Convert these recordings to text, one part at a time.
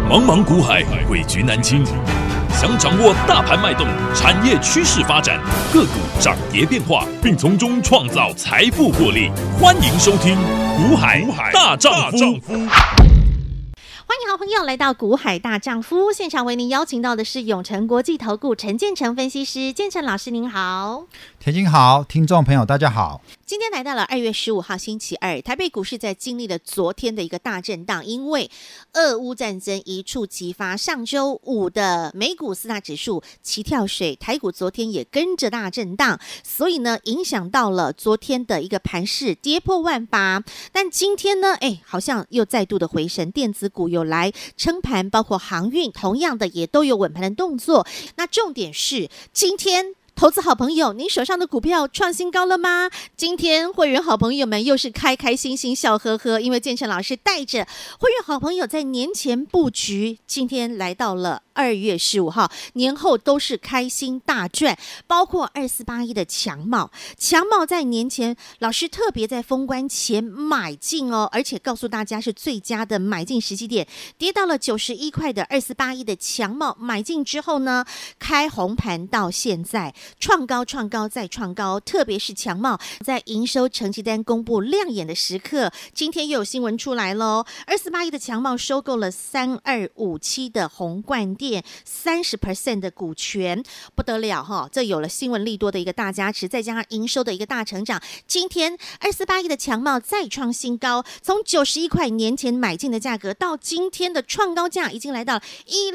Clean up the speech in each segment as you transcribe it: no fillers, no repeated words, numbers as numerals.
茫茫股海，诡谲难清。想掌握大盘脉动、产业趋势发展、个股涨跌变化，并从中创造财富获利，欢迎收听《股海大丈夫》。 欢迎好朋友来到股海大丈夫现场，为您邀请到的是永诚国际投顾陈建成分析师，建成老师您好。 田青好，听众朋友大家好。 今天来到了2月15号星期二，台北股市在经历了昨天的一个大震荡，因为俄乌战争一触即发，上周五的美股四大指数齐跳水，台股昨天也跟着大震荡，所以呢影响到了昨天的一个盘势，跌破18000。但今天呢，好像又再度的回神，电子股有来撑盘，包括航运同样的也都有稳盘的动作。那重点是今天投资好朋友，您手上的股票创新高了吗？今天会员好朋友们又是开开心心笑呵呵，因为建成老师带着会员好朋友在年前布局，今天来到了2月15号，年后都是开心大赚，包括2481的强茂在年前老师特别在封关前买进哦，而且告诉大家是最佳的买进时机点，跌到了91块的2481的强茂买进之后呢，开红盘到现在创高再创高，特别是强茂在营收成绩单公布亮眼的时刻，今天又有新闻出来咯，2481的强茂收购了3257的宏冠电30% 的股权，不得了哈！这有了新闻利多的一个大加持，再加上营收的一个大成长，今天2481的强茂再创新高，从91块年前买进的价格到今天的创高价已经来到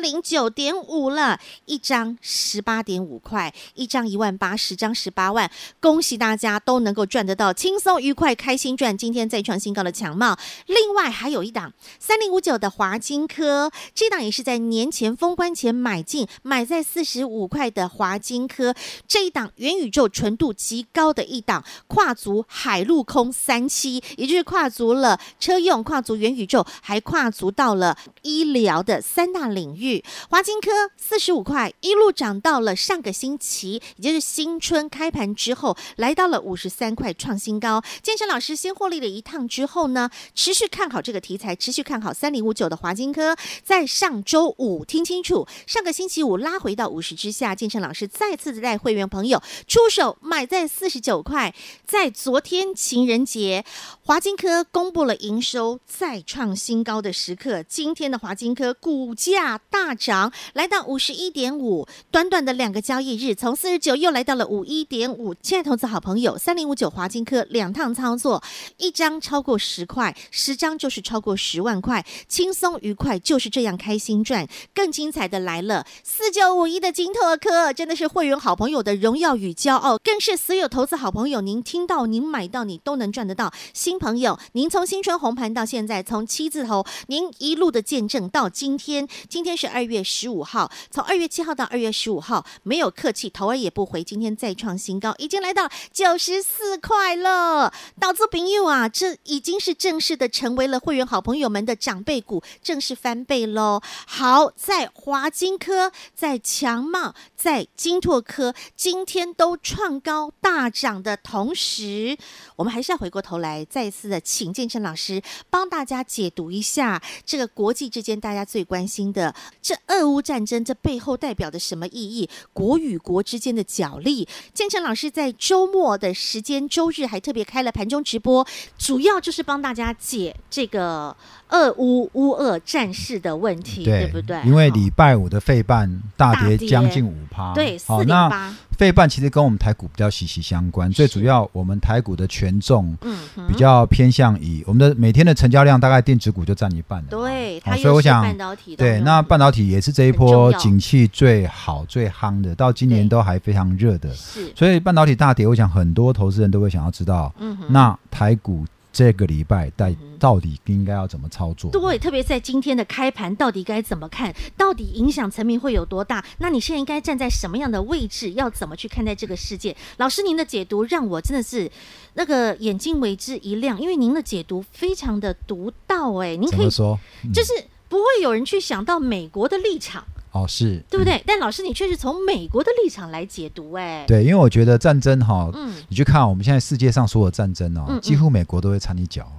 109.5 了，一张 18.5 块，一张18000， 10张18万，恭喜大家都能够赚得到，轻松愉快开心赚。今天再创新高的强茂，另外还有一档3059的华金科，这档也是在年前封关前买进，买在45块的华金科，这一档元宇宙纯度极高的一档，跨足海陆空37，也就是跨足了车用，跨足元宇宙，还跨足到了医疗的3大领域。华金科45块一路涨到了上个星期，也就是新春开盘之后来到了53块创新高。建成老师先获利了一趟之后呢，持续看好这个题材，持续看好3059的华金科。在上周五听清楚，上个星期五拉回到50之下，建成老师再次的带会员朋友出手买在49块。在昨天情人节，华金科公布了营收再创新高的时刻，今天的华金科股价大涨，来到 51.5， 短短的2个交易日，从49又来到了 51.5。 现在投资好朋友3059华金科2趟操作，一张超过10块，10张就是超过10万块，轻松愉快，就是这样开心赚。更精彩的来了，4951的金拓科真的是会员好朋友的荣耀与骄傲，更是所有投资好朋友您听到您买到你都能赚得到。新朋友您从新春红盘到现在，从7字头您一路的见证到今天，今天是2月15号，从2月7号到2月15号没有客气，头儿也不回，今天再创新高，已经来到94块了。导致朋友啊，这已经是正式的成为了会员好朋友们的长辈股，正式翻倍咯。好，在华金科，在强茂，在金拓科，今天都创高大涨的同时，我们还是要回过头来再一次的请建成老师帮大家解读一下这个国际之间大家最关心的这俄乌战争，这背后代表的什么意义，国与国之间的角力。建成老师在周末的时间，周日还特别开了盘中直播，主要就是帮大家解这个乌俄战事的问题， 对不对？ 因为礼拜五的费半大跌将近 5%， 对，4.8%。 那费半其实跟我们台股比较息息相关，最主要我们台股的权重比较偏向以我们的每天的成交量，大概电子股就占一半了。 对，它所以我想半导体对，那半导体也是这一波景气最好最夯的，到今年都还非常热的，所以半导体大跌，我想很多投资人都会想要知道，那台股这个礼拜到底应该要怎么操作？ 对，特别在今天的开盘到底该怎么看，到底影响层面会有多大，那你现在应该站在什么样的位置，要怎么去看待这个世界？老师您的解读让我真的是那个眼睛为之一亮，因为您的解读非常的独到，您可以说就是不会有人去想到美国的立场， 哦，是对不对？但老师你却是从美国的立场来解读， 对，因为我觉得战争你去看我们现在世界上所有战争几乎美国都会掺一脚。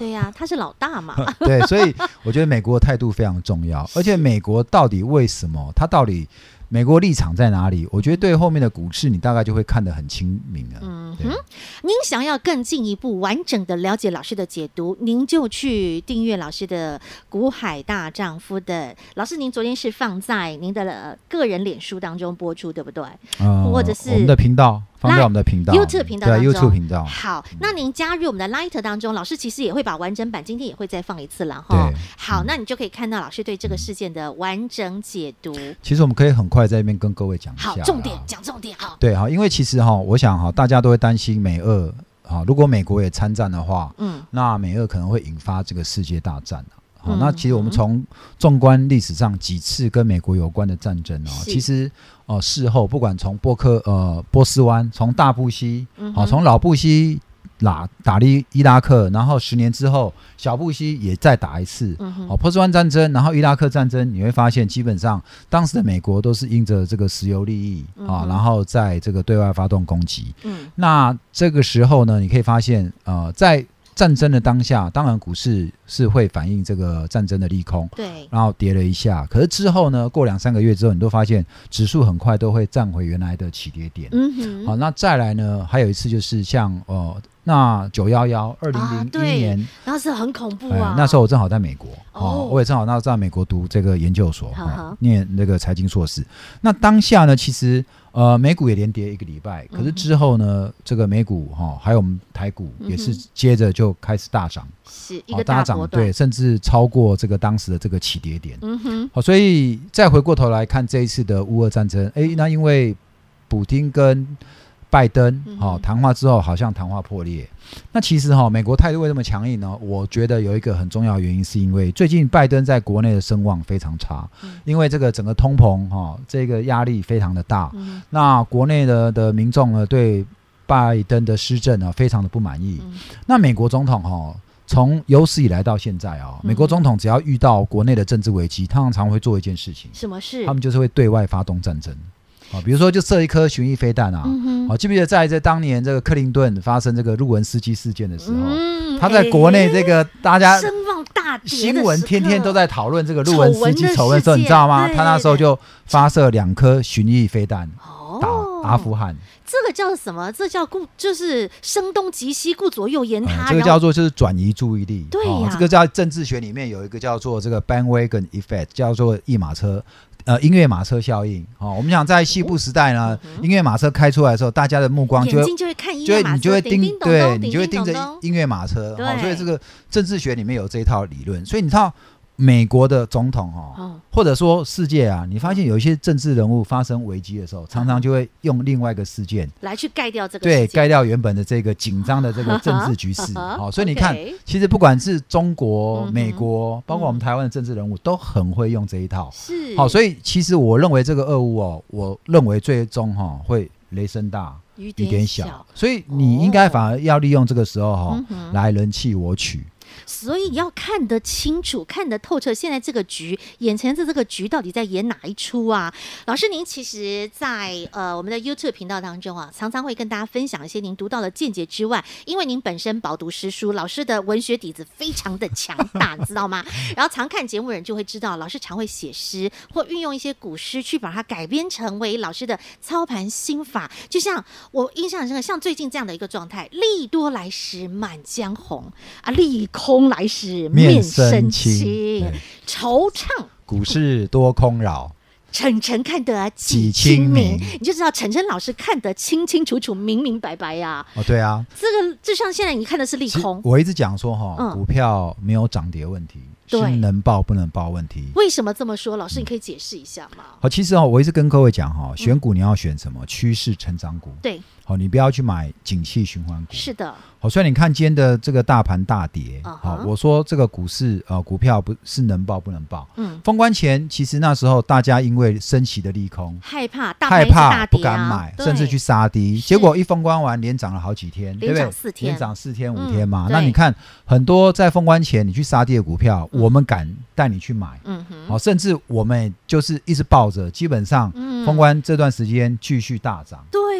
对呀，他是老大嘛。 对，所以我觉得美国的态度非常重要，而且美国到底为什么，他到底美国立场在哪里？我觉得对后面的股市，你大概就会看得很清明了。 您想要更进一步完整的了解老师的解读，您就去订阅老师的《股海大丈夫》的。老师，您昨天是放在您的个人脸书当中播出，对不对？或者是我们的频道。放在我们的频道 YouTube 频道当中， 对 YouTube 频道。 好，那您加入我们的 Light 当中，老师其实也会把完整版今天也会再放一次了哈。好，那你就可以看到老师对这个事件的完整解读。 其实我们可以很快在这边跟各位讲一下。 好，重点讲重点好。 对，好，因为其实我想大家都会担心美俄如果美国也参战的话，那美俄可能会引发这个世界大战那其实我们从纵观历史上几次跟美国有关的战争其实事后不管从波斯湾，从大布希从老布希打伊拉克，然后10年之后小布希也再打一次波斯湾战争，然后伊拉克战争，你会发现基本上当时的美国都是因着这个石油利益然后在这个对外发动攻击那这个时候呢，你可以发现在战争的当下，当然股市是会反映这个战争的利空， 对， 然后跌了一下。可是之后呢，过2-3个月之后，你都发现指数很快都会站回原来的起跌点。好，那再来呢，还有一次就是像那911 2001年， 那是很恐怖啊。 那时候我正好在美国我也正好在美国读这个研究所念那个财经硕士。那当下呢，其实美股也连跌1个礼拜，可是之后呢，这个美股还有我们台股也是接着就开始大涨， 是一个大波段， 对，甚至超过这个当时的这个起跌点。所以再回过头来看这一次的乌俄战争，那因为普丁跟拜登谈话之后，好像谈话破裂。那其实美国态度为什么强硬呢？我觉得有一个很重要的原因，是因为最近拜登在国内的声望非常差，因为这个整个通膨这个压力非常的大。那国内的民众呢，对拜登的施政非常的不满意。那美国总统从有史以来到现在美国总统只要遇到国内的政治危机，他常常会做一件事情。 什么事？他们就是会对外发动战争。比如说就射一颗巡弋飞弹记不记得在这当年这个克林顿发生这个路文斯基事件的时候，他在国内这个大家声望大跌的新闻天天都在讨论这个路文斯基丑闻的时候，你知道吗？他那时候就发射2颗巡弋飞弹打阿富汗。 这个叫什么？这叫就是声东击西，顾左右言他。 这个叫做就是转移注意力。 对呀， 这个在政治学里面有一个叫做这个 bandwagon effect， 叫做音乐马车效应。我们讲在西部时代呢，音乐马车开出来的时候，大家的目光眼睛就会看音乐马车， 你就会盯着音乐马车。所以这个政治学里面有这一套理论。所以你知道美国的总统或者说世界你发现有一些政治人物发生危机的时候，常常就会用另外一个事件来去盖掉这个事件， 对，盖掉原本的这个紧张的这个政治局势。所以你看，其实不管是中国、美国，包括我们台湾的政治人物，都很会用这一套。 是所以其实我认为这个俄乌我认为最终会雷声大雨点小，所以你应该反而要利用这个时候来人弃我取。 所以要看得清楚，看得透彻，现在这个局，眼前的这个局到底在演哪一出啊？老师，您其实在我们的 YouTube 频道当中常常会跟大家分享一些您独到的见解之外，因为您本身饱读诗书，老师的文学底子非常的强大，你知道吗？然后常看节目人就会知道，老师常会写诗或运用一些古诗去把它改编成为老师的操盘心法。就像我印象很深刻，像最近这样的一个状态，利多来时满江红利空来时面生青，惆怅股市多空扰， 晨晨看得几清明，你就知道晨晨老师看得清清楚楚、明明白白呀。 对啊， 这个就像现在你看的是利空。 我一直讲说股票没有涨跌问题，是能报不能报问题。 为什么这么说？老师，你可以解释一下吗？ 其实我一直跟各位讲选股你要选什么？趋势成长股。 对。 你不要去买景气循环股。 是的。 所以你看今天的这个大盘大跌我说这个股市股票不是能报不能报。封关前其实那时候大家因为升息的利空害怕大跌不敢买，甚至去杀低，结果一封关完连涨了好几天，对不对？连涨4天5天嘛。那你看很多在封关前你去杀低的股票，我们敢带你去买。甚至我们就是一直抱着，基本上封关这段时间继续大涨。 对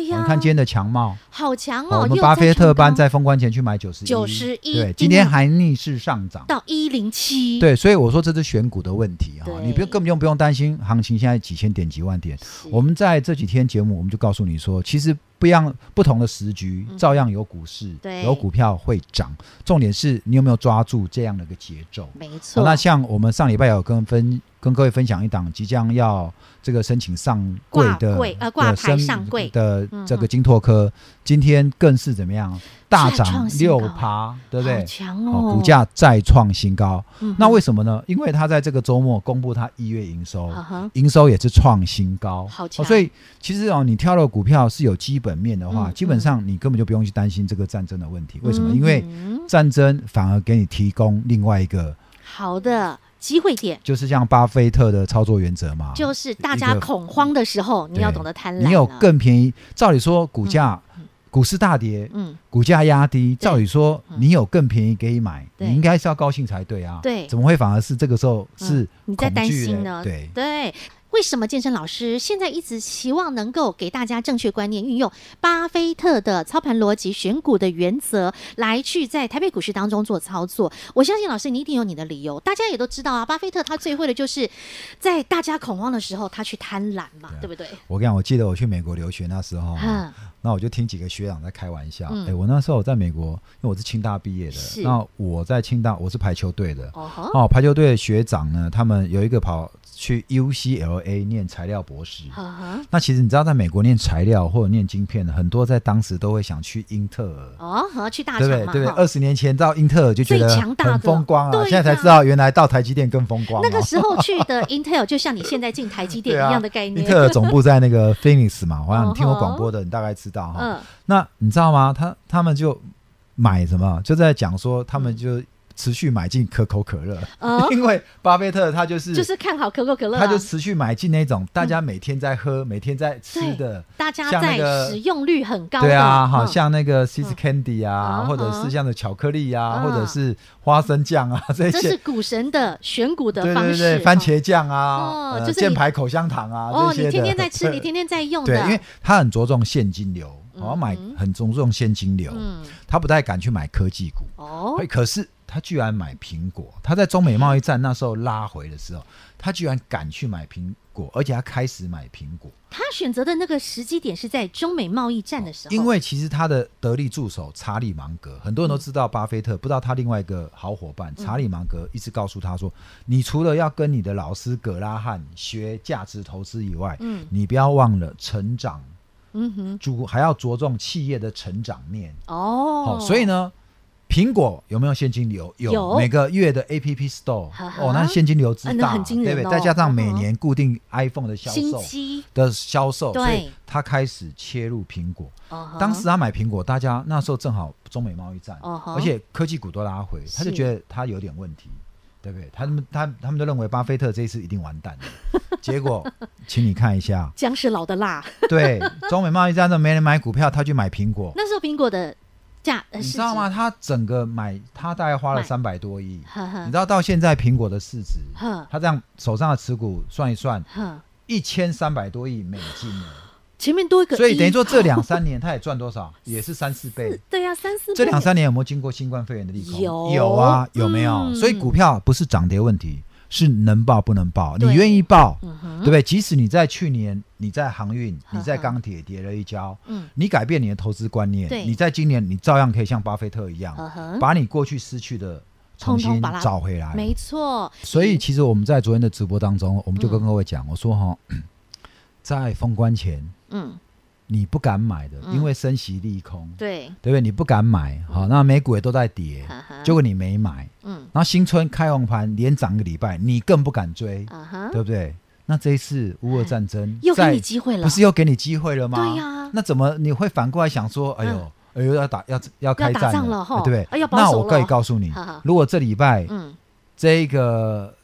对呀， 你看今天的强茂好强哦， 我们巴菲特班在封关前去买91，对，今天还逆势上涨到107， 对，所以我说这是选股的问题啊，你根本不用担心行情现在几千点几万点，我们在这几天节目我们就告诉你说，其实不同的时局照样有股市，有股票会涨，重点是你有没有抓住这样的一个节奏。 没错， 那像我们上礼拜有跟各位分享一档即将要这个申请上柜的挂牌上柜的这个金拓科，今天更是怎么样大涨6%，对不对？ 好强哦， 股价再创新高。那为什么呢？因为他在这个周末公布他1月营收，营收也是创新高， 好强。 所以其实你挑的股票是有基本面的话，基本上你根本就不用去担心这个战争的问题。为什么？因为战争反而给你提供另外一个好的机会点， 就是像巴菲特的操作原则嘛， 就是大家恐慌的时候，你要懂得贪婪， 你有更便宜。照理说，股市大跌，股价压低，照理说你有更便宜可以买，你应该是要高兴才对啊。 对， 怎么会反而是这个时候是你在担心呢？ 对。 为什么健身老师现在一直希望能够给大家正确观念，运用巴菲特的操盘逻辑、选股的原则来去在台北股市当中做操作？我相信老师你一定有你的理由，大家也都知道啊，巴菲特他最会的就是在大家恐慌的时候他去贪婪嘛，对不对？ 我跟你讲，我记得我去美国留学那时候，那我就听几个学长在开玩笑，我那时候在美国，因为我是清大毕业的，那我在清大我是排球队的，排球队的学长呢，他们有一个跑去 UCLA 念材料博士，那其实你知道在美国念材料或者念晶片的很多在当时都会想去英特尔， 去大厂嘛， 对不对？20年前到英特尔就觉得很风光啊，现在才知道原来到台积电更风光。 那个时候去的 Intel 就像你现在进台积电一样的概念。 英特尔总部在那个 Phoenix 嘛，好像你听我广播的你大概知道哈。那你知道吗？他们就买什么？就在讲说他们就持续买进可口可乐，因为巴菲特他就是看好可口可乐，他就持续买进那种大家每天在喝、每天在吃的， 大家在使用率很高的， 对啊，好像那个 Swiss Candy 啊，或者是像的巧克力啊，或者是花生酱啊，这是股神的选股的方式， 对，番茄酱啊，箭牌口香糖啊，这些的， 你天天在吃，你天天在用的， 对，因为他很着重现金流，很着重现金流，他不太敢去买科技股，可是他居然买苹果，他在中美贸易战那时候拉回的时候，他居然敢去买苹果，而且他开始买苹果。 他选择的那个时机点是在中美贸易战的时候， 因为其实他的得力助手查理芒格，很多人都知道巴菲特，不知道他另外一个好伙伴查理芒格一直告诉他说，你除了要跟你的老师葛拉汉学价值投资以外，你不要忘了成长，还要着重企业的成长面。所以呢，苹果有没有现金流？有，每个月的 App Store 那现金流之大，对不对？再加上每年固定 iPhone 的销售，所以他开始切入苹果。当时他买苹果，大家那时候正好中美贸易战，而且科技股都拉回，他就觉得他有点问题，对不对？他们都认为巴菲特这一次一定完蛋了。结果，请你看一下， 姜是老的辣。 对，中美贸易战都没人买股票，他去买苹果。 那时候苹果的你知道吗？他整个他大概花了300多亿。你知道到现在苹果的市值，他这样手上的持股算一算，1300多亿美金了。 前面多一个， 所以等于说这2-3年他也赚多少？也是3-4倍。 对呀，3-4倍。 这2-3年有没有经过新冠肺炎的利空？ 有啊，有没有？所以股票不是涨跌问题，是能报不能报。你愿意报，对不对？即使你在去年你在航运、你在钢铁跌了一跤，你改变你的投资观念，你在今年你照样可以像巴菲特一样，把你过去失去的重新找回来。 没错。 所以其实我们在昨天的直播当中，我们就跟各位讲，我说在封关前，你不敢买的，因为升息利空，对不对？你不敢买，好，那美股也都在跌，结果你没买，然后新春开红盘连涨1个礼拜，你更不敢追，对不对？那这一次乌俄战争又给你机会了， 不是又给你机会了吗？ 对呀， 那怎么你会反过来想说，哎呦要开战了，对不对？ 那我可以告诉你，如果这礼拜这个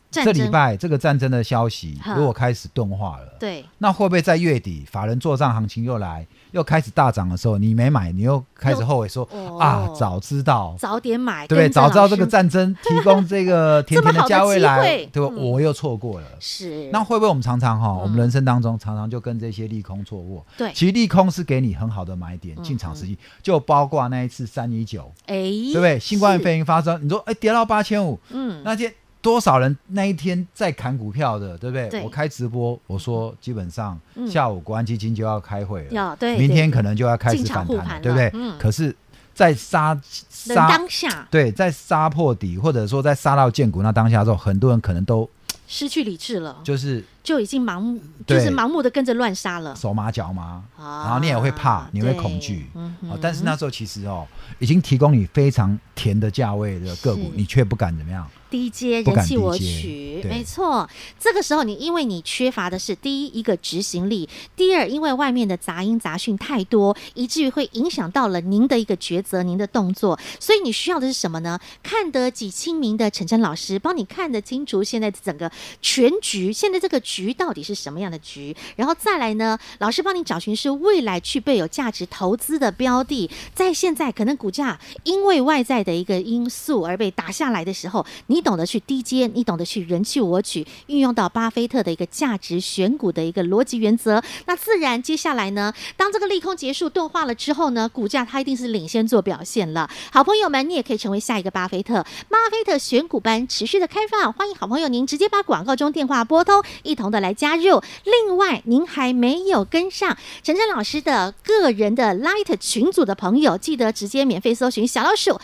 这礼拜这个战争的消息如果开始钝化了， 对， 那会不会在月底法人做账行情又开始大涨的时候，你没买，你又开始后悔说早知道早点买， 对不对？早知道这个战争提供这个甜甜的价位来，对吧？我又错过了。 是， 那会不会我们常常我们人生当中常常就跟这些利空错过？ 对， 其实利空是给你很好的买点进场时机，就包括那一次319，对不对？新冠肺炎发生，你说跌到8500，那天。多少人那一天在砍股票的，对不对？我开直播，我说基本上下午国安基金就要开会了，明天可能就要开始反弹了，对不对？可是，在当下， 对，在杀破底，或者说在杀到见骨那当下之后，很多人可能都失去理智了， 就已经盲目的跟着乱杀了， 手麻脚麻，然后你也会怕，你会恐惧，但是那时候其实已经提供你非常甜的价位的个股，你却不敢怎么样。 低阶人气我取，没错。这个时候因为你缺乏的是第一个执行力，第二因为外面的杂音杂讯太多，以至于会影响到了您的一个抉择，您的动作。所以你需要的是什么呢？看得几清明的陈老师帮你看得清楚现在整个全局，现在这个局到底是什么样的局，然后再来呢，老师帮你找寻是未来具备有价值投资的标的，在现在可能股价因为外在的一个因素而被打下来的时候，你懂得去低接，你懂得去人气我取，运用到巴菲特的一个价值选股的一个逻辑原则，那自然接下来呢，当这个利空结束钝化了之后呢，股价它一定是领先做表现了。好朋友们，你也可以成为下一个巴菲特。巴菲特选股班持续的开放，欢迎好朋友您直接把广告中电话拨通，一同的来加入。另外，您还没有跟上陈老师的个人的 Light 群组的朋友，记得直接免费搜寻小老鼠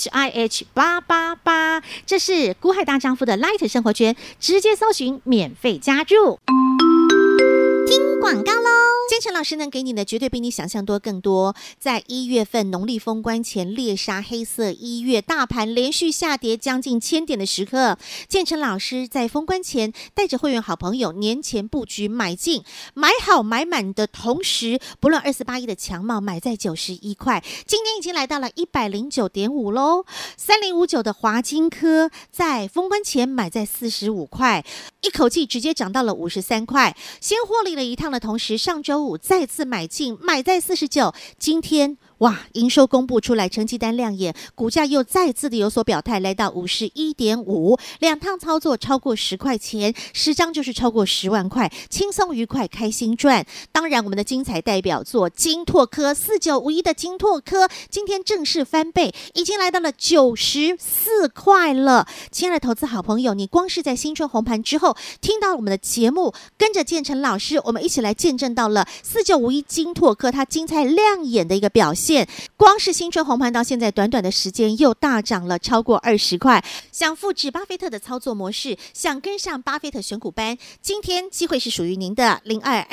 HIH888，这是股海大丈夫的 Light 生活圈，直接搜寻免费加入。听广告喽！建成老师能给你的绝对比你想象多更多。在1月份农历封关前猎杀黑色1月，大盘连续下跌将近1000点的时刻，建成老师在封关前带着会员好朋友年前布局买进，买好买满的同时，不论28亿的强茂买在91块，今天已经来到了 109.5 咯。3059的华金科在封关前买在45块，一口气直接涨到了53块，先获利了一趟的同时，上周五再次买进，买在49，今天哇，营收公布出来，成绩单亮眼，股价又再次的有所表态，来到 51.5， 两趟操作超过10块钱，10张就是超过10万块，轻松愉快，开心赚。当然，我们的精彩代表作金拓科4951的金拓科，今天正式翻倍，已经来到了94块了。亲爱的投资好朋友，你光是在新春红盘之后听到我们的节目，跟着建成老师，我们一起来见证到了4951金拓科它精彩亮眼的一个表现。光是新春红盘到现在短短的时间又大涨了超过20块。想复制巴菲特的操作模式，想跟上巴菲特选股班，今天机会是属于您的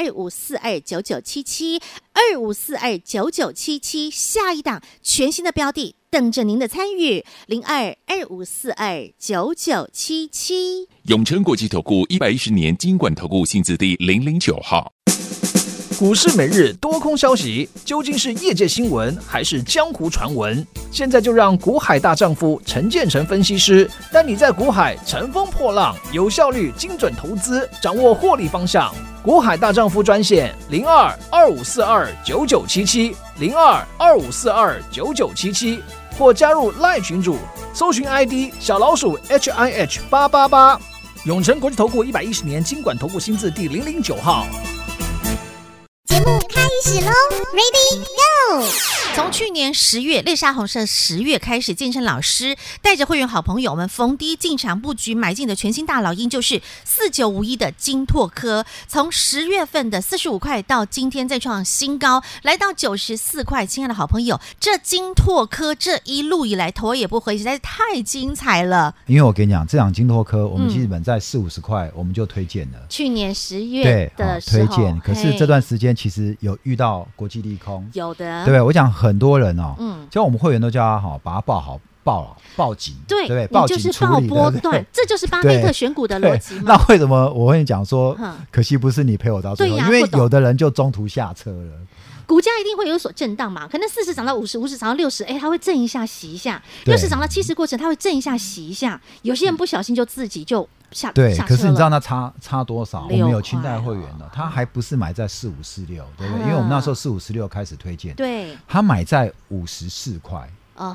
0225429977 25429977，下一档全新的标的等着您的参与，0225429977。 永诚国际投顾110年金管投顾新字第009号。 股市每日多空消息，究竟是业界新闻还是江湖传闻？现在就让股海大丈夫陈建成分析师带你在股海乘风破浪，有效率、精准投资，掌握获利方向。股海大丈夫专线0225429977 0225429977，或加入 LINE 群组，搜寻 ID 小老鼠 HIH888。永诚国际投顾110年金管投顾新字第009号。 节目开始喽 ，Ready Go！ 从去年10月猎杀红色10月开始，建成老师带着会员好朋友们逢低进场布局买进的全新大老鹰，就是4951的金拓科，从10月份的45块到今天再创新高，来到94块。亲爱的好朋友，这金拓科这一路以来头也不回，实在是太精彩了。 因为我跟你讲，这档金拓科我们基本在40-50块我们就推荐了， 去年10月的时候推荐，可是这段时间其实有遇到国际利空， 有的， 对不对？我讲很多人像我们会员都叫他把它报好报警， 对不对？报警处理， 你就是报波段，这就是巴菲特选股的逻辑嘛。 那为什么我会讲说，可惜不是你陪我到最后，因为有的人就中途下车了。 股价一定会有所震荡嘛，可能40涨到50， 50涨到60，它会震一下洗一下；60涨到70过程，它会震一下洗一下。有些人不小心就自己就对， 下车了。 可是你知道那差多少？我们有清代会员了， 他还不是买在4546，对不对？因为我们那时候4546开始推荐， 对， 他买在54块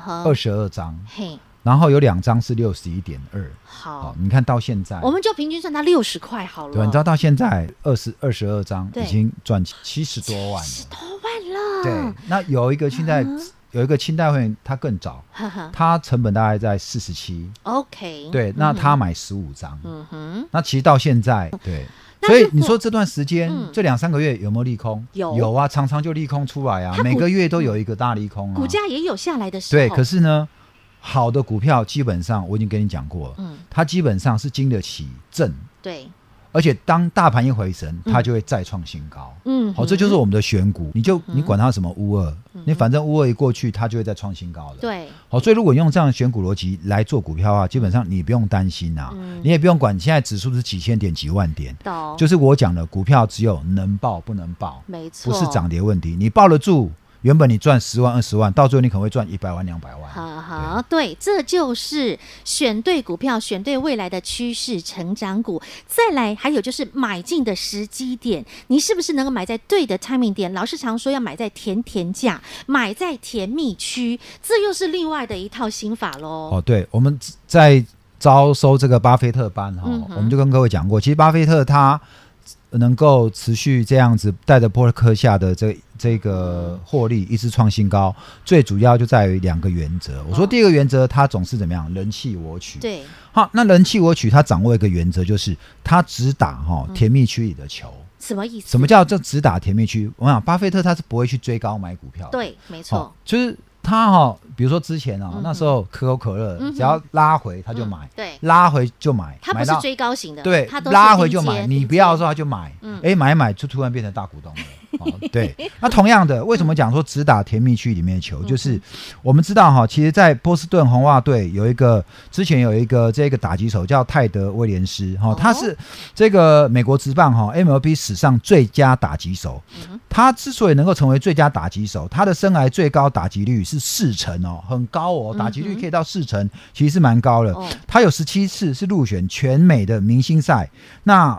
，22张， 嘿。 然后有2张是61.2， 好， 你看到现在， 我们就平均算它60块好了。 对，你知道到现在22张已经赚70多万了 ，70多万了。 对，那有一个清代会员，他更早，他成本大概在47 ，OK， 对，那他买15张，那其实到现在，对。所以你说这段时间，这2-3个月有没有利空？有啊，常常就利空出来啊，每个月都有一个大利空啊， 股价也有下来的时候。 对，可是呢，好的股票基本上我已经跟你讲过了，它基本上是经得起震， 对， 而且当大盘一回神，它就会再创新高。好，这就是我们的选股，你管它什么乌二，你反正乌二一过去，它就会再创新高的。 对， 好，所以如果用这样的选股逻辑来做股票的话，基本上你不用担心啊，你也不用管现在指数是几千点、几万点，就是我讲的股票只有能报不能报， 没错， 不是涨跌问题，你抱得住。原本你赚10万、20万，到最后你可能会赚100万、200万。 好，对，这就是选对股票，选对未来的趋势成长股。再来，还有就是买进的时机点，你是不是能够买在对的 timing 点？老师常说要买在甜价，买在甜蜜区，这又是另外的一套心法咯。 对，我们在招收这个巴菲特班我们就跟各位讲过，其实巴菲特他能够持续这样子带着波克夏的这个获利一直创新高，最主要就在于2个原则。我说第一个原则，他总是怎么样，人气我取。 对， 好，那人气我取，他掌握一个原则，就是他只打甜蜜区里的球。 什么意思？ 什么叫这只打甜蜜区？我想巴菲特他是不会去追高买股票的。 对，没错， 就是他比如说之前那时候可口可乐只要拉回他就买， 对， 拉回就买， 他不是追高型的， 对， 他都拉回就买，你不要的时候他就买，买一买就突然变成大股东了。对，那同样的，为什么讲说只打甜蜜区里面的球？就是我们知道其实在波士顿红袜队之前有一个这个打击手叫泰德威廉斯，他是这个美国职棒MLB 史上最佳打击手。他之所以能够成为最佳打击手，他的生涯最高打击率是40%很高打击率可以到40%，其实是蛮高的。他有17次是入选全美的明星赛。那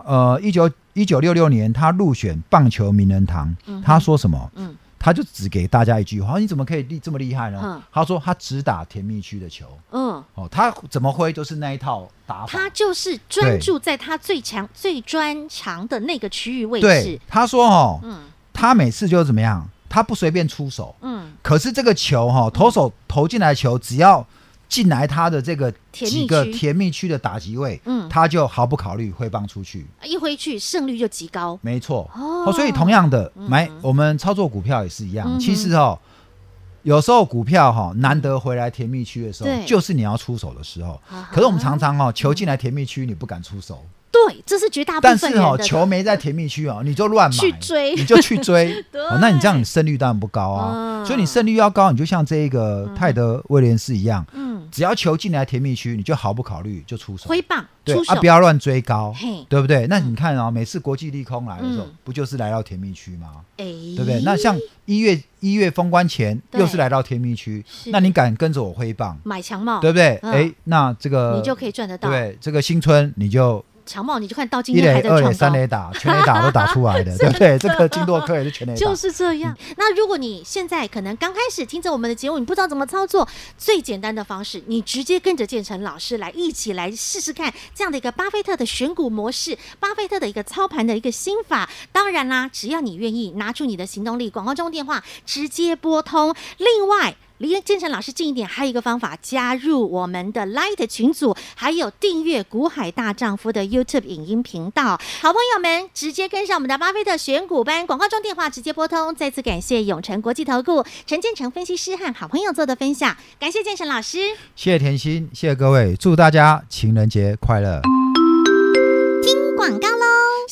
1966年他入选棒球名人堂，他说什么？他就只给大家一句话：你怎么可以这么厉害呢？他说他只打甜蜜区的球。他怎么挥都是那一套打法。 他就是专注在他最专长的那个区域位置。 对，他说他每次就怎么样？他不随便出手。可是这个球投手投进来的球，只要进来他的这个几个甜蜜区的打击位，他就毫不考虑挥棒出去， 一挥去胜率就极高。 没错。所以同样的，我们操作股票也是一样。其实有时候股票难得回来甜蜜区的时候，就是你要出手的时候。可是我们常常球进来甜蜜区，你不敢出手。 对，这是绝大部分人的。 但是球没在甜蜜区你就乱买去追， 你就去追那你这样你胜率当然不高啊。所以你胜率要高，你就像这一个泰德威廉斯一样，只要球进来甜蜜区，你就毫不考虑就出手挥棒， 对出手不要乱追高，对不对？那你看每次国际利空来的时候，不就是来到甜蜜区吗？对不对？那像一月封关前又是来到甜蜜区，那你敢跟着我挥棒买强茂， 对不对？那这个你就可以赚得到， 对，这个新春你就强茂，你就看到今天还在创高， 1垒、2垒、3垒打，全垒打都打出来的，对不对？这个金多科也是全垒打， 就是这样。那如果你现在可能刚开始听着我们的节目，你不知道怎么操作，最简单的方式，你直接跟着建成老师一起来试试看这样的一个巴菲特的选股模式，巴菲特的一个操盘的一个心法。当然啦，只要你愿意拿出你的行动力，广告中电话直接拨通。另外，离建成老师近一点，还有一个方法，加入我们的 Light 群组，还有订阅股海大丈夫的 YouTube 影音频道。好朋友们，直接跟上我们的巴菲特选股班，广告中电话直接拨通。再次感谢永诚国际投顾陈建成分析师和好朋友做的分享，感谢建成老师， 谢谢甜心，谢谢各位，祝大家情人节快乐。 听广告喽。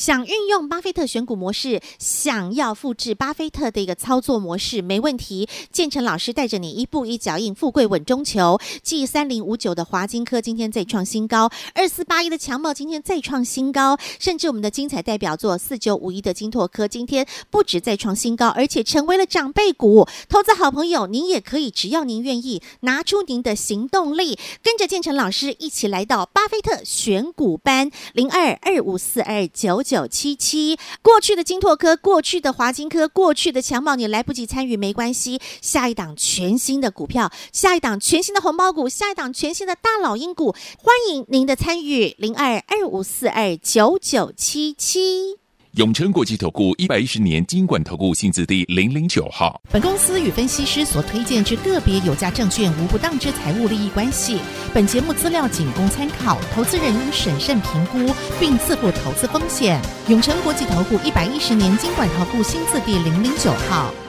想运用巴菲特选股模式，想要复制巴菲特的一个操作模式，没问题。建成老师带着你一步一脚印，富贵稳中求。继3059的华金科今天再创新高，2481的强茂今天再创新高，甚至我们的精彩代表作4951的金拓科今天不止再创新高，而且成为了长辈股。投资好朋友，您也可以，只要您愿意拿出您的行动力，跟着建成老师一起来到巴菲特选股班0225429977。过去的金拓科，过去的华金科，过去的强茂，你来不及参与没关系，下一档全新的股票，下一档全新的红包股，下一档全新的大老鹰股，欢迎您的参与0225429977。 永诚国际投顾110年金管投顾新字第009号。 本公司与分析师所推荐之个别有价证券无不当之财务利益关系。本节目资料仅供参考，投资人应审慎评估并自负投资风险。永诚国际投顾110年金管投顾新字第009号。